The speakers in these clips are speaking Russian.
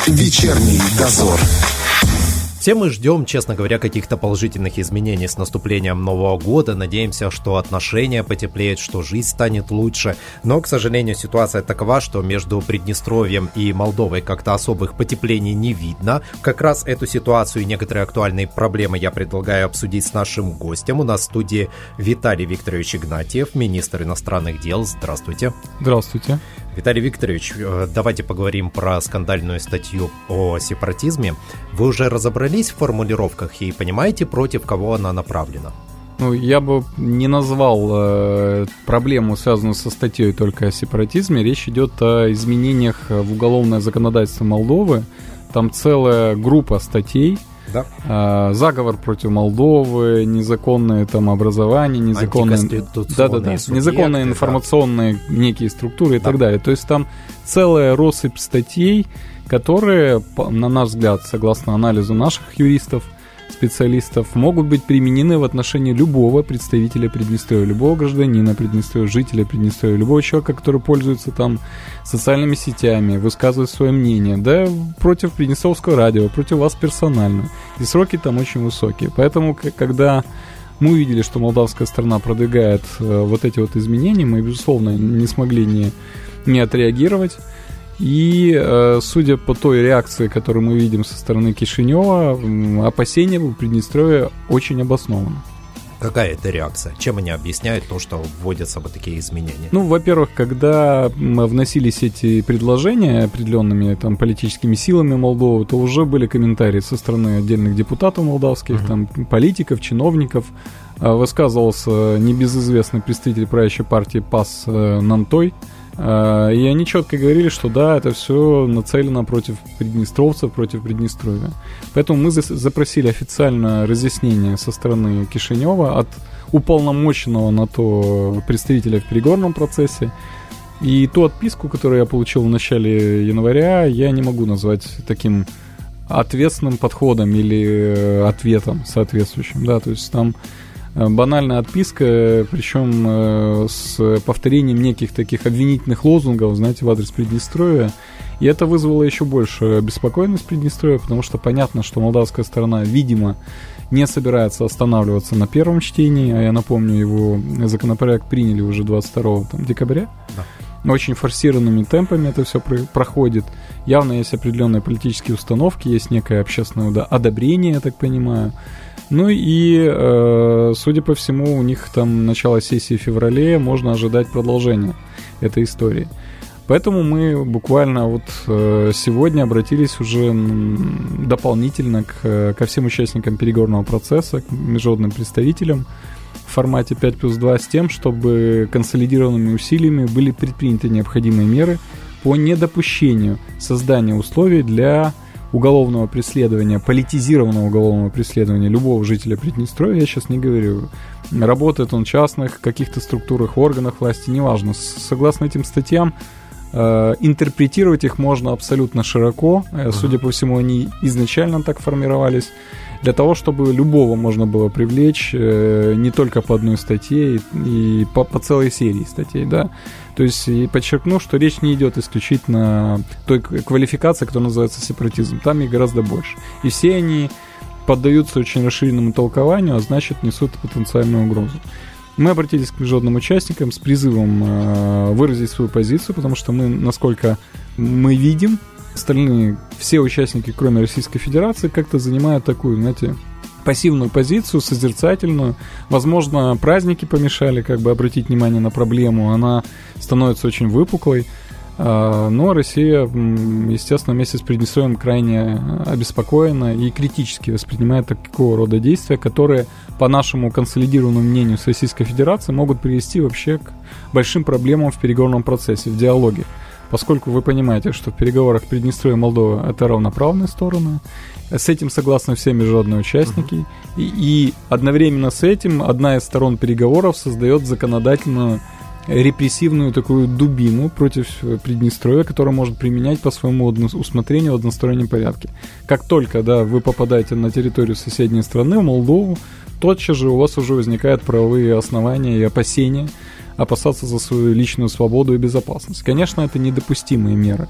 Вечерний дозор. Все мы ждем, честно говоря, каких-то положительных изменений с наступлением Нового года. Надеемся, что отношения потеплеют, что жизнь станет лучше. Но, к сожалению, ситуация такова, что между Приднестровьем и Молдовой как-то особых потеплений не видно. Как раз эту ситуацию и некоторые актуальные проблемы я предлагаю обсудить с нашим гостем. У нас в студии Виталий Викторович Игнатьев, министр иностранных дел. Здравствуйте. Здравствуйте. Виталий Викторович, давайте поговорим про скандальную статью о сепаратизме. Вы уже разобрались в формулировках и понимаете, против кого она направлена? Ну, я бы не назвал проблему, связанную со статьей, только о сепаратизме. Речь идет о изменениях в уголовное законодательство Молдовы. Там целая группа статей. Да. Заговор против Молдовы, незаконное там образование, незаконные незаконные информационные некие структуры и так далее. То есть там целая россыпь статей, которые, на наш взгляд, согласно анализу наших юристов, специалистов, могут быть применены в отношении любого представителя Приднестровья, любого гражданина Приднестровья, жителя Приднестровья, любого человека, который пользуется там социальными сетями, высказывает свое мнение, да, против Приднестровского радио, против вас персонально. И сроки там очень высокие. Поэтому, когда мы увидели, что молдавская сторона продвигает вот эти вот изменения, мы, безусловно, не смогли не отреагировать. И, судя по той реакции, которую мы видим со стороны Кишинева, опасения в Приднестровье очень обоснованы. Какая это реакция? Чем они объясняют то, что вводятся вот такие изменения? Ну, во-первых, когда вносились эти предложения определенными там политическими силами Молдовы, то уже были комментарии со стороны отдельных депутатов молдавских, там политиков, чиновников. Высказывался небезызвестный представитель правящей партии ПАС Нантой. И они четко говорили, что да, это все нацелено против приднестровцев, против Приднестровья. Поэтому мы запросили официальное разъяснение со стороны Кишинева от уполномоченного на то представителя в переговорном процессе. И ту отписку, которую я получил в начале января, я не могу назвать таким ответственным подходом или ответом соответствующим. Да, то есть там банальная отписка, причем с повторением неких таких обвинительных лозунгов, знаете, в адрес Приднестровья. И это вызвало еще больше беспокойность Приднестровья, потому что понятно, что молдавская сторона, видимо, не собирается останавливаться на первом чтении, а я напомню, его законопроект приняли уже 22 декабря. Да. Очень форсированными темпами это все проходит. Явно есть определенные политические установки, есть некое общественное одобрение, я так понимаю. Ну и, судя по всему, у них там начало сессии в феврале, можно ожидать продолжения этой истории. Поэтому мы буквально вот сегодня обратились уже дополнительно ко всем участникам переговорного процесса, к международным представителям в формате 5+2 с тем, чтобы консолидированными усилиями были предприняты необходимые меры по недопущению создания условий для уголовного преследования, политизированного уголовного преследования любого жителя Приднестровья, я сейчас не говорю, работает он в частных каких-то структурах, органах власти, неважно. Согласно этим статьям, интерпретировать их можно абсолютно широко. Судя по всему, они изначально так формировались для того, чтобы любого можно было привлечь не только по одной статье и по целой серии статей, да. То есть, и подчеркну, что речь не идет исключительно о той квалификации, которая называется сепаратизм. Там их гораздо больше. И все они поддаются очень расширенному толкованию, а значит, несут потенциальную угрозу. Мы обратились к международным участникам с призывом выразить свою позицию, потому что мы, насколько мы видим, остальные, все участники, кроме Российской Федерации, как-то занимают такую, знаете, пассивную позицию, созерцательную. Возможно, праздники помешали как бы обратить внимание на проблему, она становится очень выпуклой. Но Россия, естественно, вместе с Приднестровьем крайне обеспокоена и критически воспринимает такого рода действия, которые, по нашему консолидированному мнению с Российской Федерацией, могут привести вообще к большим проблемам в переговорном процессе, в диалоге. Поскольку вы понимаете, что в переговорах Приднестровья и Молдова это равноправные стороны, с этим согласны все международные участники, и одновременно с этим одна из сторон переговоров создает законодательную репрессивную такую дубину против Приднестровья, которую может применять по своему усмотрению в одностороннем порядке. Как только вы попадаете на территорию соседней страны, в Молдову, тотчас же у вас уже возникают правовые основания и опасения опасаться за свою личную свободу и безопасность. Конечно, это недопустимые меры.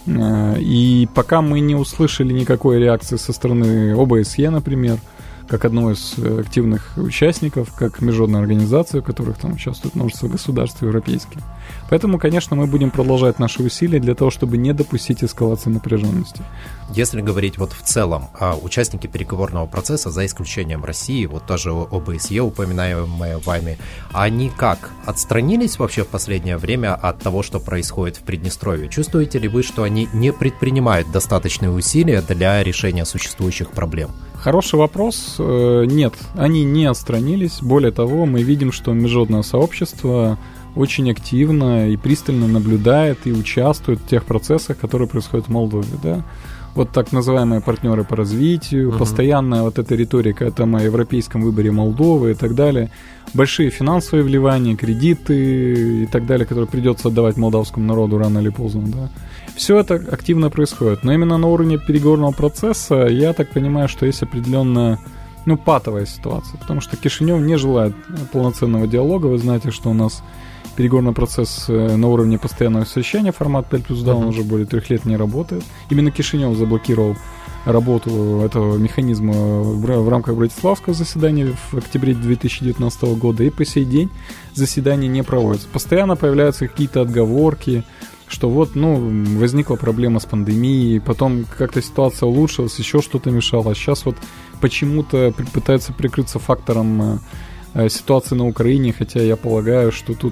И пока мы не услышали никакой реакции со стороны ОБСЕ, например, как одного из активных участников, как международной организации, в которых там участвует множество государств европейских. Поэтому, конечно, мы будем продолжать наши усилия для того, чтобы не допустить эскалации напряженности. Если говорить вот в целом, участники переговорного процесса, за исключением России, вот тоже ОБСЕ, упоминаемые вами, они как, отстранились вообще в последнее время от того, что происходит в Приднестровье? Чувствуете ли вы, что они не предпринимают достаточные усилия для решения существующих проблем? Хороший вопрос. Нет, они не отстранились. Более того, мы видим, что международное сообщество очень активно и пристально наблюдает и участвует в тех процессах, которые происходят в Молдове, да. Вот так называемые партнеры по развитию, постоянная вот эта риторика там о европейском выборе Молдовы и так далее, большие финансовые вливания, кредиты и так далее, которые придется отдавать молдавскому народу рано или поздно, да. Все это активно происходит, но именно на уровне переговорного процесса, я так понимаю, что есть определенная, патовая ситуация, потому что Кишинев не желает полноценного диалога. Вы знаете, что у нас переговорный процесс на уровне постоянного совещания, формат 5+2, он уже более 3 лет не работает. Именно Кишинев заблокировал работу этого механизма в рамках Братиславского заседания в октябре 2019 года, и по сей день заседания не проводятся. Постоянно появляются какие-то отговорки, что вот, возникла проблема с пандемией, потом как-то ситуация улучшилась, еще что-то мешало. Сейчас вот почему-то пытаются прикрыться фактором ситуации на Украине, хотя я полагаю, что тут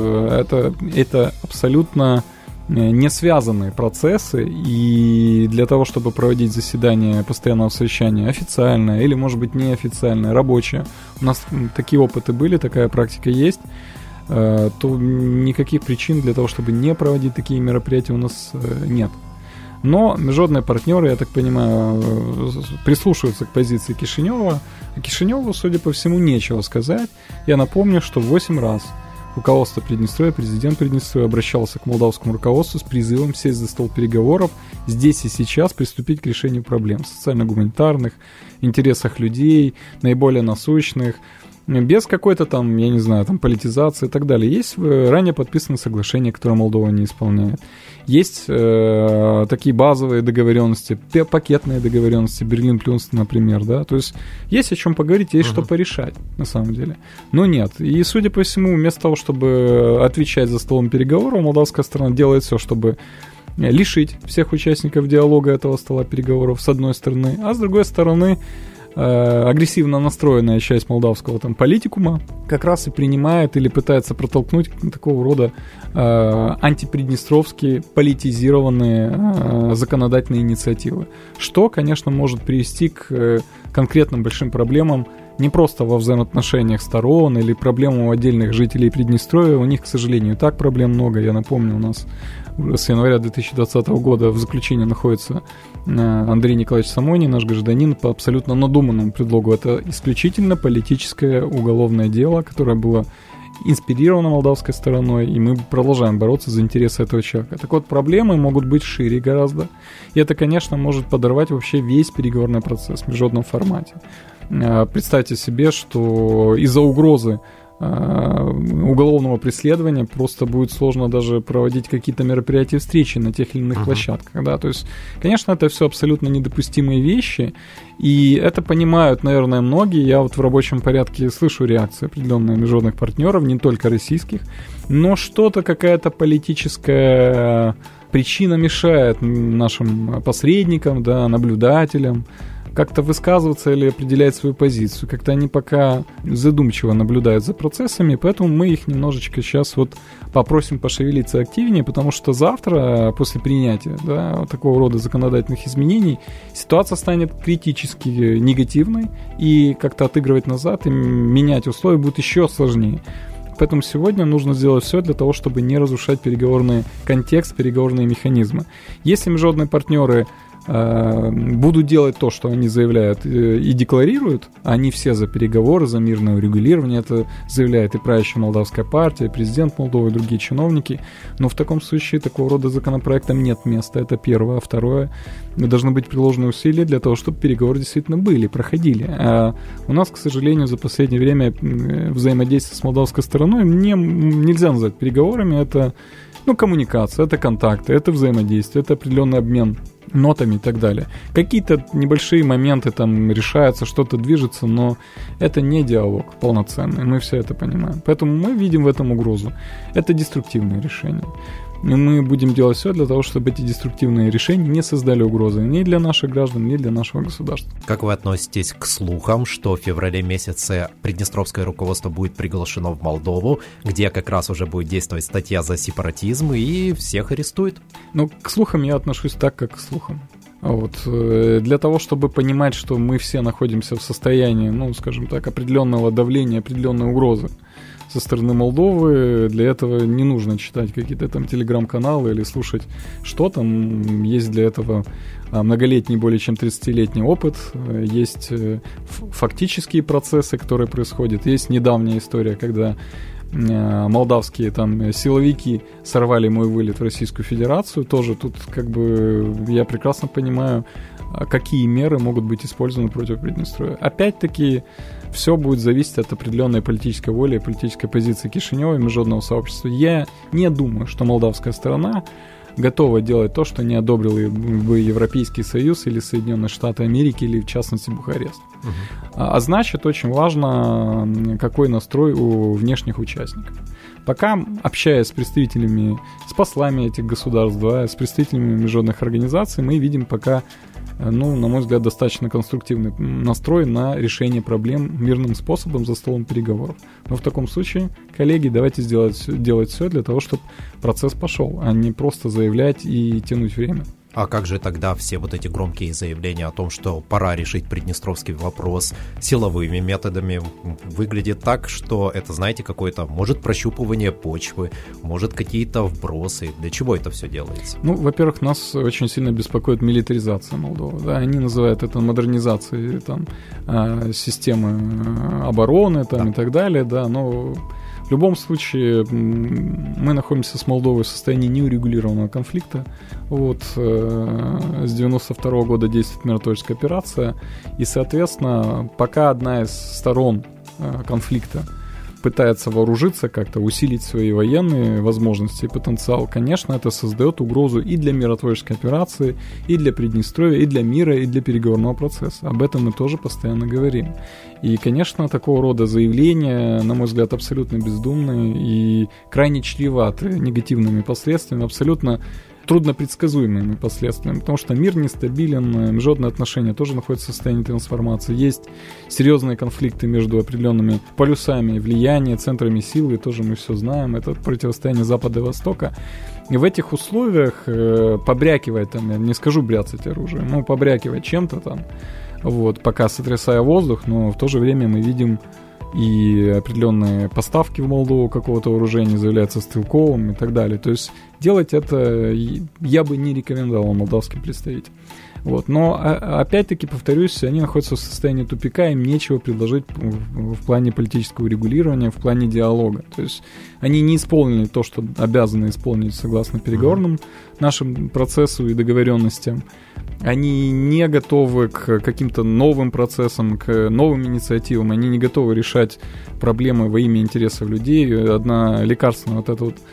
это абсолютно не связанные процессы, и для того, чтобы проводить заседание постоянного совещания официальное или, может быть, неофициальное, рабочее, у нас такие опыты были, такая практика есть, то никаких причин для того, чтобы не проводить такие мероприятия, у нас нет. Но международные партнеры, я так понимаю, прислушиваются к позиции Кишинева. А Кишиневу, судя по всему, нечего сказать. Я напомню, что 8 раз руководство Приднестровья, президент Приднестровья обращался к молдавскому руководству с призывом сесть за стол переговоров, здесь и сейчас приступить к решению проблем социально-гуманитарных, интересах людей, наиболее насущных, без какой-то там, я не знаю, там политизации и так далее. Есть ранее подписанные соглашения, которые Молдова не исполняет. Есть такие базовые договоренности, пакетные договоренности, Берлин плюс, например, да. То есть есть о чем поговорить, есть что порешать, на самом деле. Но нет. И, судя по всему, вместо того, чтобы отвечать за столом переговоров, молдавская сторона делает все, чтобы лишить всех участников диалога этого стола переговоров, с одной стороны, а с другой стороны, агрессивно настроенная часть молдавского там политикума как раз и принимает или пытается протолкнуть такого рода антиприднестровские политизированные законодательные инициативы, что, конечно, может привести к конкретным большим проблемам не просто во взаимоотношениях сторон или проблемам отдельных жителей Приднестровья. У них, к сожалению, и так проблем много. Я напомню, у нас с января 2020 года в заключении находится Андрей Николаевич Самойний, наш гражданин, по абсолютно надуманному предлогу. Это исключительно политическое уголовное дело, которое было инспирировано молдавской стороной, и мы продолжаем бороться за интересы этого человека. Так вот, проблемы могут быть шире гораздо, и это, конечно, может подорвать вообще весь переговорный процесс в международном формате. Представьте себе, что из-за угрозы уголовного преследования просто будет сложно даже проводить какие-то мероприятия, встречи на тех или иных площадках, да, то есть, конечно, это все абсолютно недопустимые вещи, и это понимают, наверное, многие. Я вот в рабочем порядке слышу реакции определенных международных партнеров, не только российских, но что-то, какая-то политическая причина мешает нашим посредникам, да, наблюдателям как-то высказываться или определять свою позицию. Как-то они пока задумчиво наблюдают за процессами, поэтому мы их немножечко сейчас вот попросим пошевелиться активнее, потому что завтра, после принятия, да, такого рода законодательных изменений, ситуация станет критически негативной, и как-то отыгрывать назад и менять условия будет еще сложнее. Поэтому сегодня нужно сделать все для того, чтобы не разрушать переговорный контекст, переговорные механизмы. Если международные партнеры будут делать то, что они заявляют и декларируют. Они все за переговоры, за мирное урегулирование. Это заявляет и правящая молдавская партия, и президент Молдовы, и другие чиновники. Но в таком случае такого рода законопроектам нет места. Это первое. А второе, должны быть приложены усилия для того, чтобы переговоры действительно были, проходили. А у нас, к сожалению, за последнее время взаимодействие с молдавской стороной нельзя назвать переговорами. Это коммуникация, это контакты, это взаимодействие, это определенный обмен нотами и так далее. Какие-то небольшие моменты там решаются, что-то движется, но это не диалог полноценный, мы все это понимаем. Поэтому мы видим в этом угрозу. Это деструктивные решения. И мы будем делать все для того, чтобы эти деструктивные решения не создали угрозы ни для наших граждан, ни для нашего государства. Как вы относитесь к слухам, что в феврале месяце приднестровское руководство будет приглашено в Молдову, где как раз уже будет действовать статья за сепаратизм и всех арестуют? К слухам я отношусь так, как к слухам. Для того, чтобы понимать, что мы все находимся в состоянии, скажем так, определенного давления, определенной угрозы со стороны Молдовы, для этого не нужно читать какие-то там телеграм-каналы или слушать, что там. Есть для этого многолетний, более чем 30-летний опыт, есть фактические процессы, которые происходят, есть недавняя история, когда молдавские там силовики сорвали мой вылет в Российскую Федерацию. Тоже тут я прекрасно понимаю, какие меры могут быть использованы против Приднестровья. Опять-таки, все будет зависеть от определенной политической воли и политической позиции Кишинева и международного сообщества. Я не думаю, что молдавская сторона готова делать то, что не одобрил бы Европейский Союз или Соединенные Штаты Америки, или в частности Бухарест. А значит, очень важно, какой настрой у внешних участников. Пока, общаясь с представителями, с послами этих государств, с представителями международных организаций, мы видим пока, на мой взгляд, достаточно конструктивный настрой на решение проблем мирным способом за столом переговоров. Но в таком случае, коллеги, давайте делать все для того, чтобы процесс пошел, а не просто заявлять и тянуть время. А как же тогда все вот эти громкие заявления о том, что пора решить приднестровский вопрос силовыми методами? Выглядит так, что это, знаете, какое-то, может, прощупывание почвы, может, какие-то вбросы. Для чего это все делается? Во-первых, нас очень сильно беспокоит милитаризация Молдовы. Да? Они называют это модернизацией системы обороны и так далее, да, но в любом случае мы находимся с Молдовой в состоянии неурегулированного конфликта. С 92 года действует миротворческая операция, и, соответственно, пока одна из сторон конфликта пытается вооружиться как-то, усилить свои военные возможности и потенциал, конечно, это создает угрозу и для миротворческой операции, и для Приднестровья, и для мира, и для переговорного процесса. Об этом мы тоже постоянно говорим. И, конечно, такого рода заявления, на мой взгляд, абсолютно бездумные и крайне чреваты негативными последствиями, абсолютно труднопредсказуемыми последствиями, потому что мир нестабилен, международные отношения тоже находятся в состоянии трансформации, есть серьезные конфликты между определенными полюсами влияния, центрами силы, тоже мы все знаем, это противостояние Запада и Востока. И в этих условиях побрякивать, я не скажу бряцать оружием, побрякивать чем-то пока сотрясая воздух, но в то же время мы видим и определенные поставки в Молдову какого-то вооружения, заявляется Стрелковым и так далее. То есть делать это я бы не рекомендовал молдавским представителям. Но опять-таки, повторюсь, они находятся в состоянии тупика, им нечего предложить в плане политического регулирования, в плане диалога. То есть они не исполнили то, что обязаны исполнить согласно переговорным нашим процессу и договоренностям. Они не готовы к каким-то новым процессам, к новым инициативам, они не готовы решать проблемы во имя интересов людей. Одна лекарственная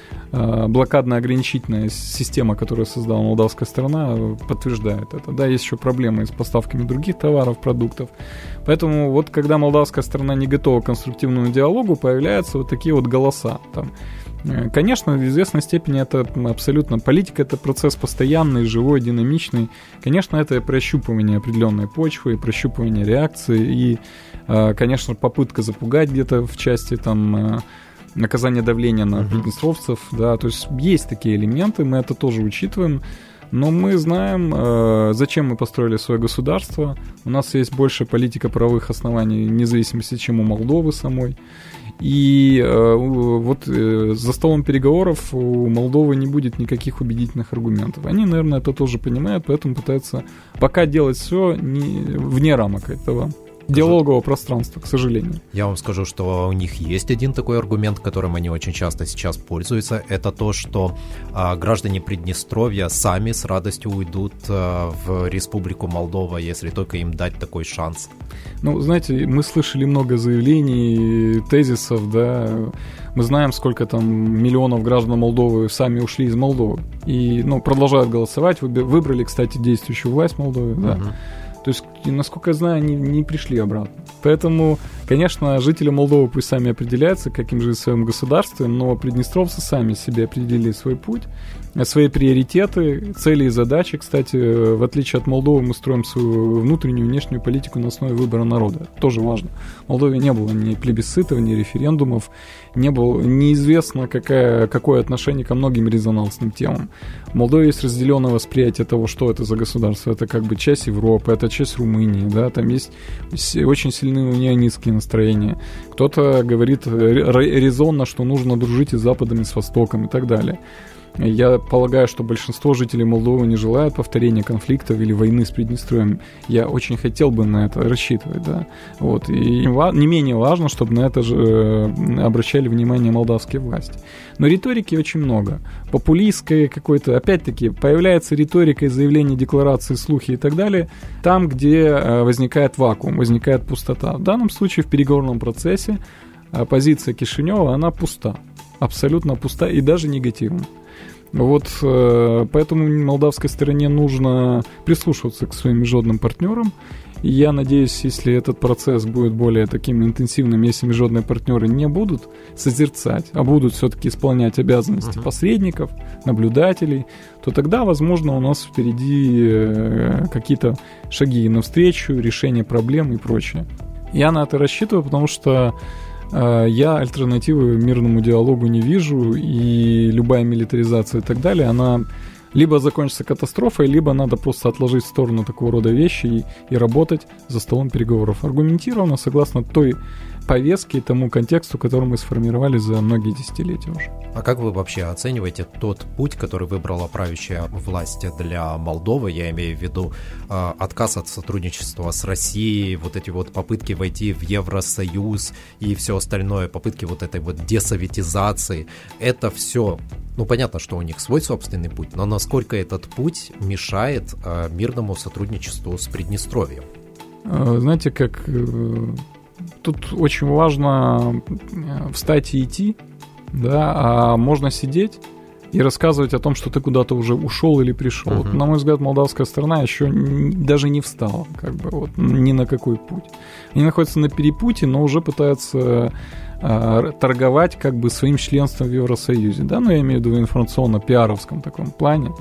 блокадно-ограничительная система, которую создала молдавская сторона, подтверждает это. Да, есть еще проблемы с поставками других товаров, продуктов. Поэтому когда молдавская сторона не готова к конструктивному диалогу, появляются такие голоса. Конечно, в известной степени это абсолютно политика, это процесс постоянный, живой, динамичный. Конечно, это прощупывание определенной почвы, прощупывание реакции и, конечно, попытка запугать где-то в части наказания давления на приднестровцев. Да, то есть есть такие элементы, мы это тоже учитываем. Но мы знаем, зачем мы построили свое государство. У нас есть больше политика правовых оснований независимости, чем у Молдовы самой. И вот за столом переговоров у Молдовы не будет никаких убедительных аргументов. Они, наверное, это тоже понимают, поэтому пытаются пока делать все вне рамок этого диалогового пространства, к сожалению. Я вам скажу, что у них есть один такой аргумент, которым они очень часто сейчас пользуются. Это то, что граждане Приднестровья сами с радостью уйдут в Республику Молдова, если только им дать такой шанс. Ну, знаете, мы слышали много заявлений, тезисов, да. Мы знаем, сколько там миллионов граждан Молдовы сами ушли из Молдовы. И, продолжают голосовать. Выбрали, кстати, действующую власть Молдовы, да. То есть, насколько я знаю, они не пришли обратно. Поэтому, конечно, жители Молдовы пусть сами определяются, как им жить в своем государстве, но приднестровцы сами себе определили свой путь, свои приоритеты, цели и задачи. Кстати, в отличие от Молдовы, мы строим свою внутреннюю и внешнюю политику на основе выбора народа. Это тоже важно. В Молдове не было ни плебисцитов, ни референдумов, неизвестно, какое отношение ко многим резонансным темам. В Молдове есть разделенное восприятие того, что это за государство. Это как бы часть Европы, это часть Румынии, да, там есть очень сильные унионистские настроения. Кто-то говорит резонно, что нужно дружить и с Западом, и с Востоком, и так далее. Я полагаю, что большинство жителей Молдовы не желают повторения конфликтов или войны с Приднестровьем. Я очень хотел бы на это рассчитывать, да. Вот. И не менее важно, чтобы на это же обращали внимание молдавские власти. Но риторики очень много. Популистской какой-то, опять-таки, появляется риторика и заявления, декларации, слухи и так далее, там, где возникает вакуум, возникает пустота. В данном случае в переговорном процессе позиция Кишинева, она пуста. Абсолютно пуста и даже негативна. Вот поэтому молдавской стороне нужно прислушиваться к своим международным партнерам. И я надеюсь, если этот процесс будет более таким интенсивным, если международные партнеры не будут созерцать, а будут все-таки исполнять обязанности посредников, наблюдателей, то тогда, возможно, у нас впереди какие-то шаги навстречу, решение проблем и прочее. Я на это рассчитываю, потому что я альтернативы мирному диалогу не вижу, и любая милитаризация и так далее, она либо закончится катастрофой, либо надо просто отложить в сторону такого рода вещи и работать за столом переговоров. Аргументированно, согласно той повестке и тому контексту, который мы сформировали за многие десятилетия уже. А как вы вообще оцениваете тот путь, который выбрала правящая власть для Молдовы? Я имею в виду отказ от сотрудничества с Россией, вот эти вот попытки войти в Евросоюз и все остальное, попытки вот этой вот десоветизации. Это все, понятно, что у них свой собственный путь, но насколько этот путь мешает мирному сотрудничеству с Приднестровьем? Знаете, как... Тут очень важно встать и идти, да, а можно сидеть и рассказывать о том, что ты куда-то уже ушел или пришел. Вот, на мой взгляд, молдавская сторона еще даже не встала, ни на какой путь. Они находятся на перепутье, но уже пытаются торговать своим членством в Евросоюзе, да, я имею в виду в информационно-пиаровском таком плане.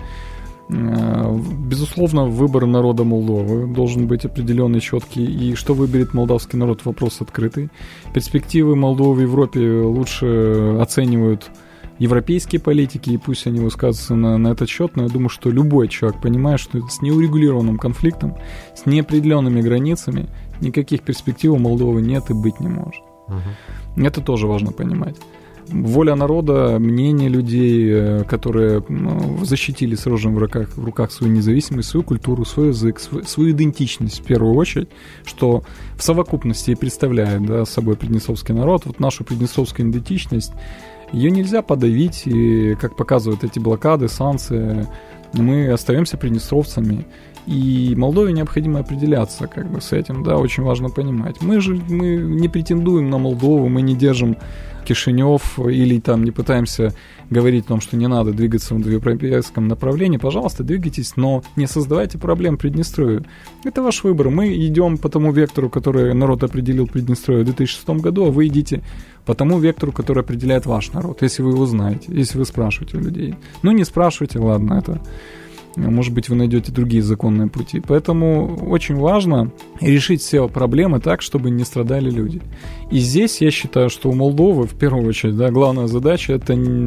Безусловно, выбор народа Молдовы должен быть определенный, четкий, и что выберет молдавский народ, вопрос открытый. Перспективы Молдовы в Европе лучше оценивают европейские политики, и пусть они высказываются на этот счет, но я думаю, что любой человек понимает, что с неурегулированным конфликтом, с неопределенными границами никаких перспектив у Молдовы нет и быть не может. Это тоже важно понимать. Воля народа, мнение людей, которые защитили с оружием в руках свою независимость, свою культуру, свой язык, свою идентичность в первую очередь, что в совокупности и представляет собой приднестровский народ. Вот нашу приднестровскую идентичность, ее нельзя подавить, и, как показывают эти блокады, санкции, мы остаемся приднестровцами. И Молдове необходимо определяться с этим, очень важно понимать. Мы не претендуем на Молдову, мы не держим Кишинев или не пытаемся говорить о том, что не надо двигаться в европейском направлении. Пожалуйста, двигайтесь, но не создавайте проблем Приднестровью. Это ваш выбор. Мы идем по тому вектору, который народ определил Приднестровью в 2006 году, а вы идите по тому вектору, который определяет ваш народ, если вы его знаете, если вы спрашиваете у людей. Не спрашивайте, ладно, это... Может быть, вы найдете другие законные пути. Поэтому очень важно решить все проблемы так, чтобы не страдали люди. И здесь я считаю, что у Молдовы, в первую очередь, главная задача — это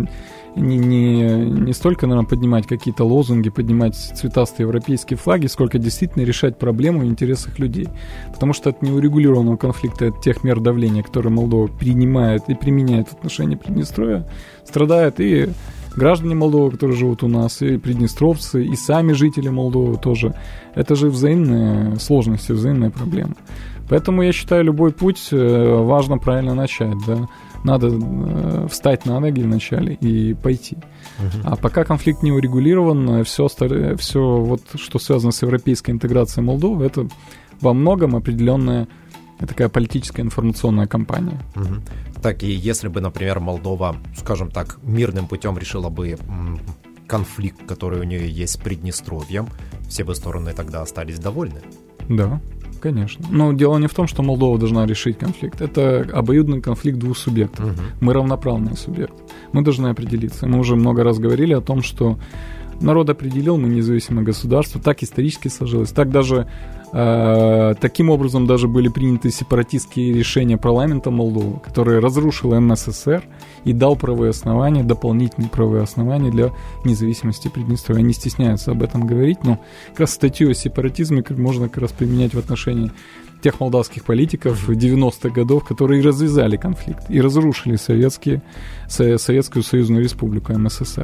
не столько, наверное, поднимать какие-то лозунги, поднимать цветастые европейские флаги, сколько действительно решать проблему в интересах людей. Потому что от неурегулированного конфликта, от тех мер давления, которые Молдова принимает и применяет в отношении Приднестровья, страдают и граждане Молдовы, которые живут у нас, и приднестровцы, и сами жители Молдовы тоже. Это же взаимные сложности, взаимные проблемы. Поэтому я считаю, любой путь важно правильно начать, да. Надо встать на ноги вначале и пойти. А пока конфликт не урегулирован, все, вот, что связано с европейской интеграцией Молдовы, это во многом определенная такая политическая информационная кампания. Так, и если бы, например, Молдова, скажем так, мирным путем решила бы конфликт, который у нее есть с Приднестровьем, все бы стороны тогда остались довольны? Да, конечно. Но дело не в том, что Молдова должна решить конфликт. Это обоюдный конфликт двух субъектов. Мы равноправные субъекты. Мы должны определиться. Мы уже много раз говорили о том, что народ определил, мы независимое государство. Так исторически сложилось. Так даже таким образом даже были приняты сепаратистские решения парламента Молдовы, которые разрушил МССР и дал правовые основания, дополнительные правовые основания для независимости Приднестровья. Они стесняются об этом говорить, но как раз статью о сепаратизме можно как раз применять в отношении тех молдавских политиков 90-х годов, которые развязали конфликт и разрушили Советскую Союзную Республику МССР.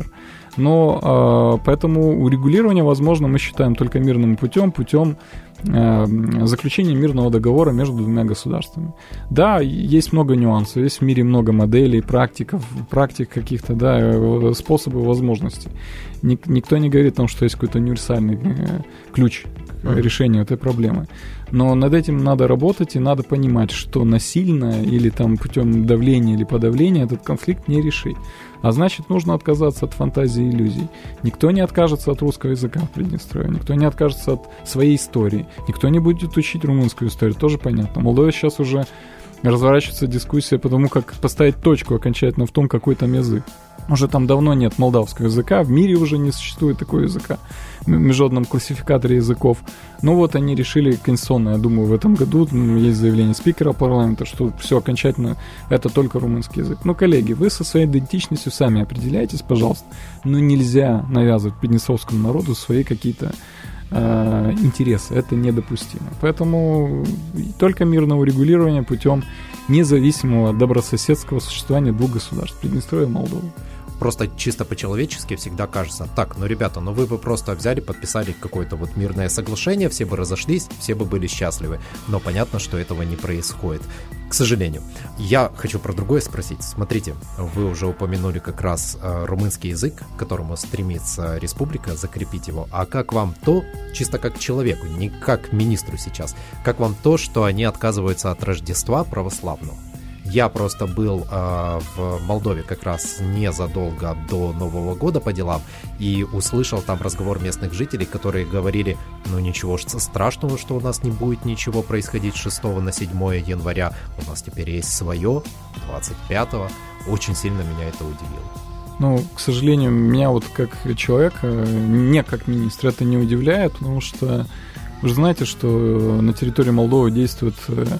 Но поэтому урегулирование возможно, мы считаем, только мирным путем заключения мирного договора между двумя государствами. Да, есть много нюансов, есть в мире много моделей, практик каких-то, да, способов, возможностей. Никто не говорит о том, что есть какой-то универсальный ключ к решению этой проблемы. Но над этим надо работать, и надо понимать, что насильно или там путем давления или подавления этот конфликт не решить. А значит, нужно отказаться от фантазии и иллюзий. Никто не откажется от русского языка в Приднестровье, никто не откажется от своей истории, никто не будет учить румынскую историю, тоже понятно. В Молдове сейчас уже разворачивается дискуссия по тому, как поставить точку окончательно в том, какой там язык. Уже там давно нет молдавского языка, в мире уже не существует такого языка в международном классификаторе языков. Ну вот они решили конституционно, я думаю, в этом году есть заявление спикера парламента, что все окончательно это только румынский язык. Ну, коллеги, вы со своей идентичностью сами определяйтесь, пожалуйста, но нельзя навязывать приднестровскому народу свои какие-то интересы, это недопустимо. Поэтому только мирного урегулирования путем независимого добрососедского существования двух государств, Приднестровья и Молдовы. Просто чисто по-человечески всегда кажется, так, ну, ребята, ну вы бы просто взяли, подписали какое-то вот мирное соглашение, все бы разошлись, все бы были счастливы. Но понятно, что этого не происходит, к сожалению. Я хочу про другое спросить. Смотрите, вы уже упомянули как раз румынский язык, к которому стремится республика, закрепить его. А как вам то, чисто как человеку, не как министру сейчас, как вам то, что они отказываются от Рождества православного? Я просто был в Молдове как раз незадолго до Нового года по делам и услышал там разговор местных жителей, которые говорили, ну ничего страшного, что у нас не будет ничего происходить с 6 на 7 января, у нас теперь есть свое, 25-го. Очень сильно меня это удивило. Ну, к сожалению, меня вот как человека, не как министра, это не удивляет, потому что вы же знаете, что на территории Молдовы действует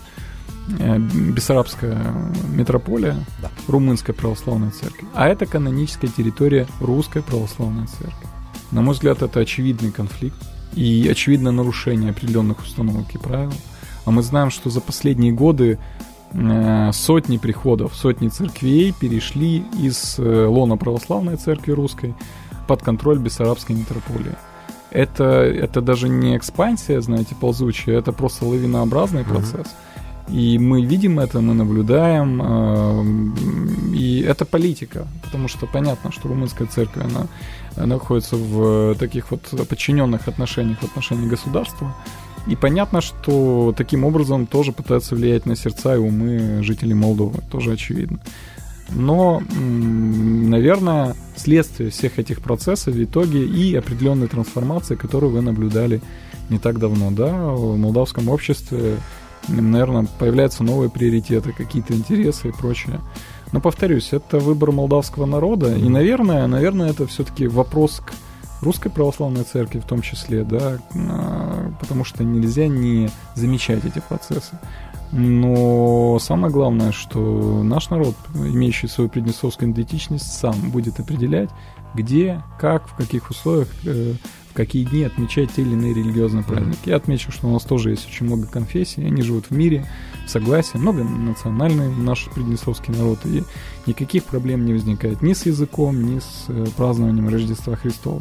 Бессарабская митрополия, да, Румынской православной церкви, а это каноническая территория Русской православной церкви. На мой взгляд, это очевидный конфликт и очевидное нарушение определенных установок и правил. А мы знаем, что за последние годы сотни приходов, сотни церквей перешли из лона православной церкви русской под контроль Бессарабской митрополии. Это даже не экспансия, знаете, ползучая, это просто лавинообразный процесс. И мы видим это, мы наблюдаем, и это политика, потому что понятно, что румынская церковь, она находится в таких вот подчиненных отношениях в отношении государства, и понятно, что таким образом тоже пытаются влиять на сердца и умы жителей Молдовы, тоже очевидно. Но, наверное, следствие всех этих процессов в итоге и определенной трансформации, которую вы наблюдали не так давно, да, в молдавском обществе, наверное, появляются новые приоритеты, какие-то интересы и прочее. Но, повторюсь, это выбор молдавского народа, и, наверное, это все-таки вопрос к Русской Православной Церкви в том числе, да, потому что нельзя не замечать эти процессы. Но самое главное, что наш народ, имеющий свою приднестровскую идентичность, сам будет определять, где, как, в каких условиях, в какие дни отмечать те или иные религиозные праздники. Я отмечу, что у нас тоже есть очень много конфессий, они живут в мире, в согласии, многонациональный наш приднестровский народ, и никаких проблем не возникает ни с языком, ни с празднованием Рождества Христова.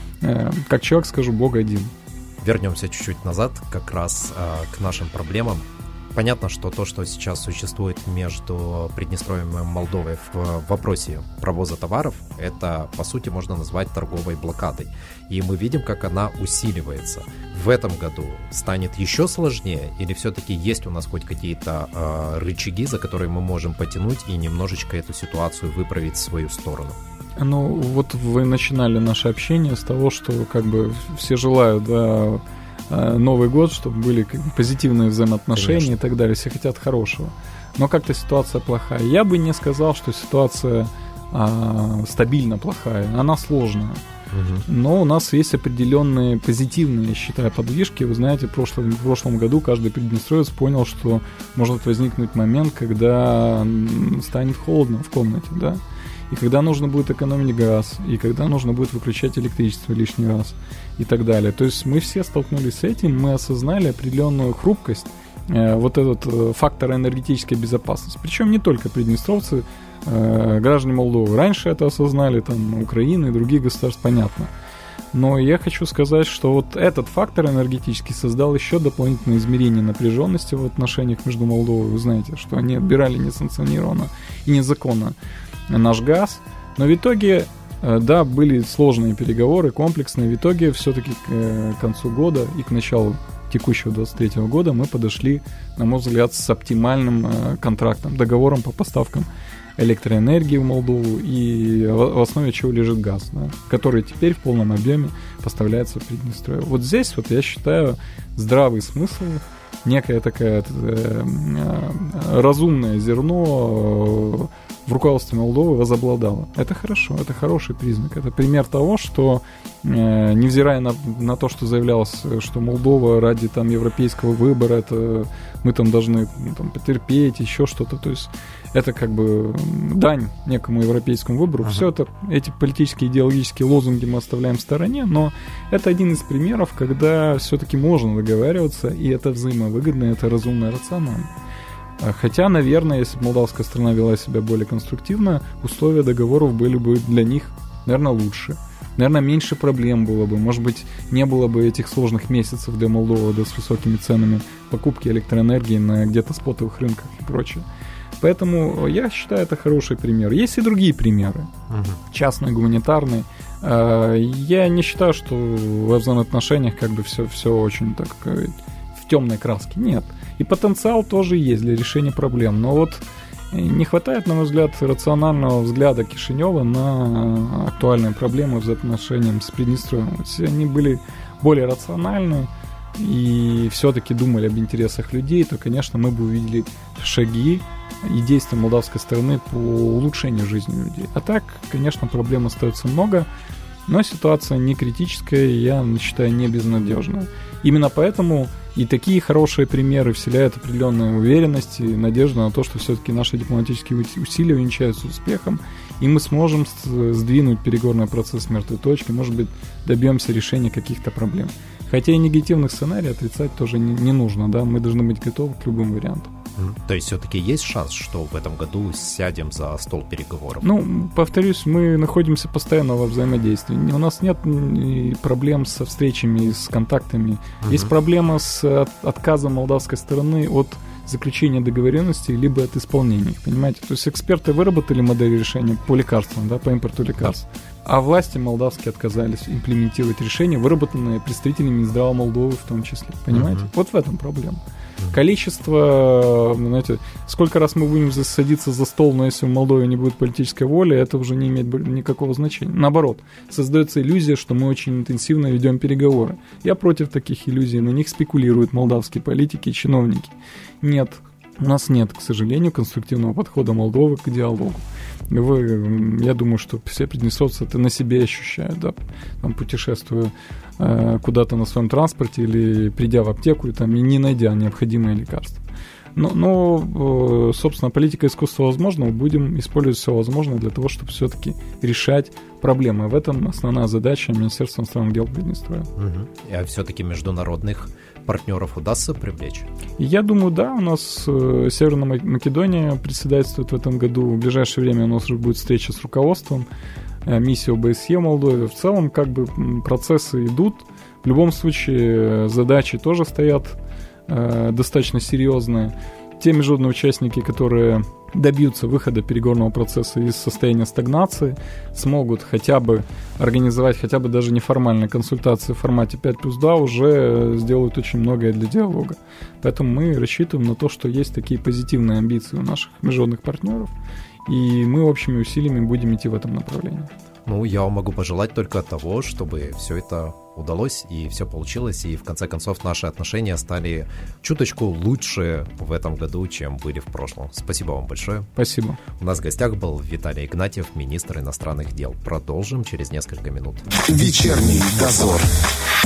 Как человек скажу, Бог один. Вернемся чуть-чуть назад как раз к нашим проблемам. Понятно, что то, что сейчас существует между Приднестровьем и Молдовой в вопросе провоза товаров, это, по сути, можно назвать торговой блокадой. И мы видим, как она усиливается. В этом году станет еще сложнее, или все-таки есть у нас хоть какие-то рычаги, за которые мы можем потянуть и немножечко эту ситуацию выправить в свою сторону? Ну, вот вы начинали наше общение с того, что как бы все желают, да, Новый год, чтобы были позитивные взаимоотношения. Конечно. И так далее. Все хотят хорошего. Но как-то ситуация плохая. Я бы не сказал, что ситуация стабильно плохая. Она сложная. Но у нас есть определенные позитивные, я считаю, подвижки. Вы знаете, в прошлом году каждый приднестровец понял, что может возникнуть момент, когда станет холодно в комнате, да? И когда нужно будет экономить газ, и когда нужно будет выключать электричество лишний раз, и так далее. То есть мы все столкнулись с этим, мы осознали определенную хрупкость, вот этот фактор энергетической безопасности. Причем не только приднестровцы, граждане Молдовы. Раньше это осознали, там, Украина и других государств, понятно. Но я хочу сказать, что вот этот фактор энергетический создал еще дополнительное измерение напряженности в отношениях между Молдовой. Вы знаете, что они отбирали несанкционированно и незаконно наш газ. Но в итоге, да, были сложные переговоры, комплексные. В итоге все-таки к концу года и к началу текущего 23 года мы подошли, на мой взгляд, с оптимальным контрактом, договором по поставкам электроэнергии в Молдову, и в основе чего лежит газ, да, который теперь в полном объеме поставляется в Приднестровье. Вот здесь, вот, я считаю, здравый смысл, некое такое разумное зерно в руководстве Молдовы возобладало. Это хорошо, это хороший признак. Это пример того, что, невзирая на то, что заявлялось, что Молдова ради там европейского выбора, это мы там должны там потерпеть, еще что-то, то есть это как бы дань некому европейскому выбору. Все это, эти политические, идеологические лозунги мы оставляем в стороне, но это один из примеров, когда все-таки можно договариваться, и это взаимовыгодно, это разумно и рационально. Хотя, наверное, если бы молдавская страна вела себя более конструктивно, условия договоров были бы для них, наверное, лучше. Наверное, меньше проблем было бы. Может быть, не было бы этих сложных месяцев для Молдовы, да, с высокими ценами покупки электроэнергии на где-то спотовых рынках и прочее. Поэтому я считаю, это хороший пример. Есть и другие примеры, частные, гуманитарные. Я не считаю, что во взаимоотношениях как бы все очень так в темной краске. Нет. И потенциал тоже есть для решения проблем. Но вот не хватает, на мой взгляд, рационального взгляда Кишинева на актуальные проблемы взаимоотношениям с Приднестровьем. Если они были более рациональны и все-таки думали об интересах людей, то, конечно, мы бы увидели шаги и действия молдавской стороны по улучшению жизни людей. А так, конечно, проблем остается много, но ситуация не критическая, я считаю, не безнадежная. Именно поэтому и такие хорошие примеры вселяют определенную уверенность и надежду на то, что все-таки наши дипломатические усилия увенчаются успехом, и мы сможем сдвинуть переговорный процесс с мертвой точки, может быть, добьемся решения каких-то проблем. Хотя и негативных сценариев отрицать тоже не нужно, да, мы должны быть готовы к любым вариантам. То есть все-таки есть шанс, что в этом году сядем за стол переговоров? Ну, повторюсь, мы находимся постоянно во взаимодействии. У нас нет проблем со встречами, с контактами. Есть проблема с отказом молдавской стороны от заключения договоренностей либо от исполнения, понимаете? То есть эксперты выработали модель решения по лекарствам, да, по импорту лекарств, а власти молдавские отказались имплементировать решения, выработанные представителями Минздрава Молдовы в том числе, понимаете? Вот в этом проблема. Количество, знаете, сколько раз мы будем садиться за стол, но если в Молдове не будет политической воли, это уже не имеет никакого значения. Наоборот, создается иллюзия, что мы очень интенсивно ведем переговоры. Я против таких иллюзий, на них спекулируют молдавские политики и чиновники. Нет, у нас нет, к сожалению, конструктивного подхода Молдовы к диалогу. Я думаю, что все приднестровцы это на себе ощущают, да, там, путешествуя куда-то на своем транспорте или придя в аптеку и там, не найдя необходимые лекарства. Но, собственно, политика искусства возможного, будем использовать все возможное для того, чтобы все-таки решать проблемы. В этом основная задача Министерства иностранных дел Приднестровья. А все-таки международных партнеров удастся привлечь? Я думаю, да. У нас Северная Македония председательствует в этом году. В ближайшее время у нас уже будет встреча с руководством миссии ОБСЕ в Молдове. В целом, как бы процессы идут. В любом случае, задачи тоже стоят достаточно серьезные. Те международные участники, которые добьются выхода переговорного процесса из состояния стагнации, смогут хотя бы организовать хотя бы даже неформальные консультации в формате 5+2, уже сделают очень многое для диалога. Поэтому мы рассчитываем на то, что есть такие позитивные амбиции у наших международных партнеров, и мы общими усилиями будем идти в этом направлении. Я вам могу пожелать только того, чтобы все это удалось и все получилось, и в конце концов наши отношения стали чуточку лучше в этом году, чем были в прошлом. Спасибо вам большое. Спасибо. У нас в гостях был Виталий Игнатьев, министр иностранных дел. Продолжим через несколько минут. Вечерний дозор.